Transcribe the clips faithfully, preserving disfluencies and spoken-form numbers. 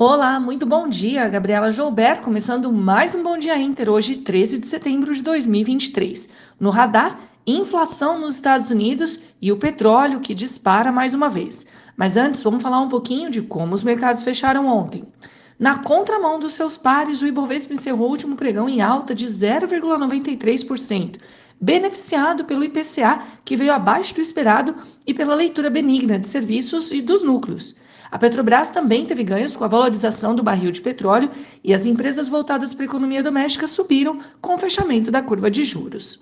Olá, muito bom dia, Gabriela Joubert, começando mais um Bom Dia Inter, hoje treze de setembro de dois mil e vinte e três. No radar, inflação nos Estados Unidos e o petróleo que dispara mais uma vez. Mas antes, vamos falar um pouquinho de como os mercados fecharam ontem. Na contramão dos seus pares, o Ibovespa encerrou o último pregão em alta de zero vírgula noventa e três por cento, beneficiado pelo I P C A, que veio abaixo do esperado, e pela leitura benigna de serviços e dos núcleos. A Petrobras também teve ganhos com a valorização do barril de petróleo e as empresas voltadas para a economia doméstica subiram com o fechamento da curva de juros.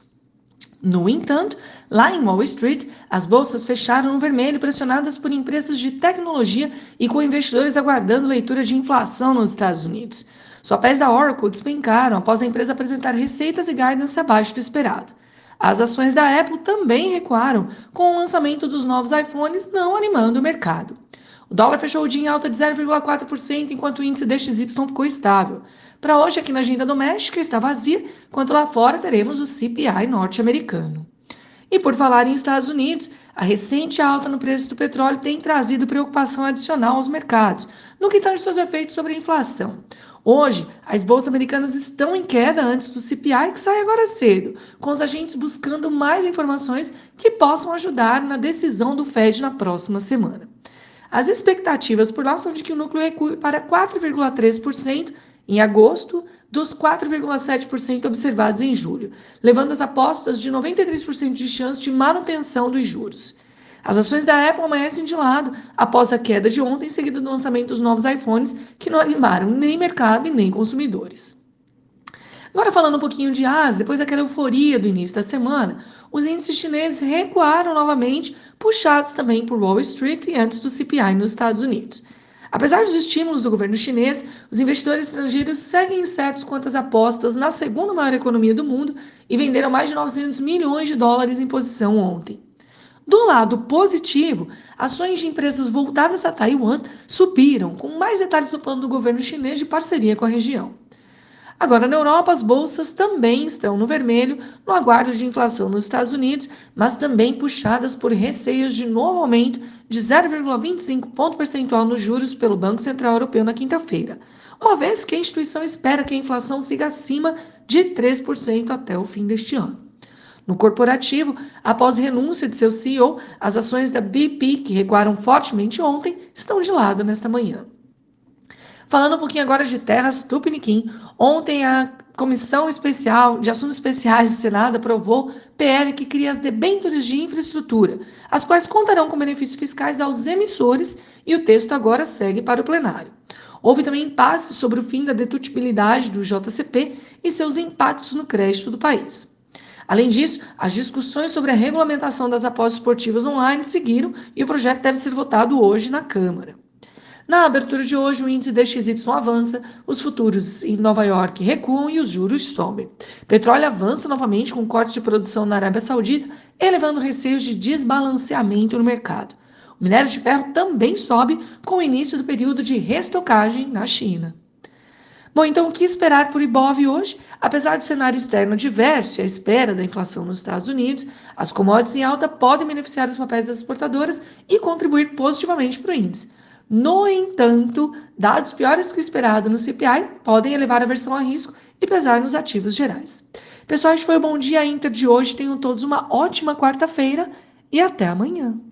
No entanto, lá em Wall Street, as bolsas fecharam no vermelho, pressionadas por empresas de tecnologia e com investidores aguardando leitura de inflação nos Estados Unidos. Os papéis da Oracle despencaram após a empresa apresentar receitas e guidance abaixo do esperado. As ações da Apple também recuaram, com o lançamento dos novos iPhones não animando o mercado. O dólar fechou o dia em alta de zero vírgula quatro por cento, enquanto o índice D X Y ficou estável. Para hoje, aqui na agenda doméstica, está vazia, enquanto lá fora teremos o C P I norte-americano. E por falar em Estados Unidos, a recente alta no preço do petróleo tem trazido preocupação adicional aos mercados, no que tange seus efeitos sobre a inflação. Hoje, as bolsas americanas estão em queda antes do C P I, que sai agora cedo, com os agentes buscando mais informações que possam ajudar na decisão do Fed na próxima semana. As expectativas por lá são de que o núcleo recue para quatro vírgula três por cento em agosto, dos quatro vírgula sete por cento observados em julho, levando as apostas de noventa e três por cento de chance de manutenção dos juros. As ações da Apple amanhecem de lado após a queda de ontem, seguida do lançamento dos novos iPhones, que não animaram nem mercado e nem consumidores. Agora falando um pouquinho de Ásia, depois daquela euforia do início da semana, os índices chineses recuaram novamente, puxados também por Wall Street e antes do C P I nos Estados Unidos. Apesar dos estímulos do governo chinês, os investidores estrangeiros seguem incertos quanto às apostas na segunda maior economia do mundo e venderam mais de novecentos milhões de dólares em posição ontem. Do lado positivo, ações de empresas voltadas a Taiwan subiram, com mais detalhes do plano do governo chinês de parceria com a região. Agora, na Europa, as bolsas também estão no vermelho, no aguardo de inflação nos Estados Unidos, mas também puxadas por receios de novo aumento de zero vírgula vinte e cinco ponto percentual nos juros pelo Banco Central Europeu na quinta-feira, uma vez que a instituição espera que a inflação siga acima de três por cento até o fim deste ano. No corporativo, após renúncia de seu C E O, as ações da B P, que recuaram fortemente ontem, estão de lado nesta manhã. Falando um pouquinho agora de terras Tupiniquim, ontem a Comissão Especial de Assuntos Especiais do Senado aprovou P L que cria as debêntures de infraestrutura, as quais contarão com benefícios fiscais aos emissores, e o texto agora segue para o plenário. Houve também impasse sobre o fim da dedutibilidade do J C P e seus impactos no crédito do país. Além disso, as discussões sobre a regulamentação das apostas esportivas online seguiram e o projeto deve ser votado hoje na Câmara. Na abertura de hoje, o índice D X Y avança, os futuros em Nova York recuam e os juros sobem. Petróleo avança novamente com cortes de produção na Arábia Saudita, elevando receios de desbalanceamento no mercado. O minério de ferro também sobe com o início do período de restocagem na China. Bom, então o que esperar por Ibov hoje? Apesar do cenário externo adverso e à espera da inflação nos Estados Unidos, as commodities em alta podem beneficiar os papéis das exportadoras e contribuir positivamente para o índice. No entanto, dados piores que o esperado no C P I podem elevar a aversão a risco e pesar nos ativos gerais. Pessoal, este foi o Bom Dia Inter de hoje. Tenham todos uma ótima quarta-feira e até amanhã.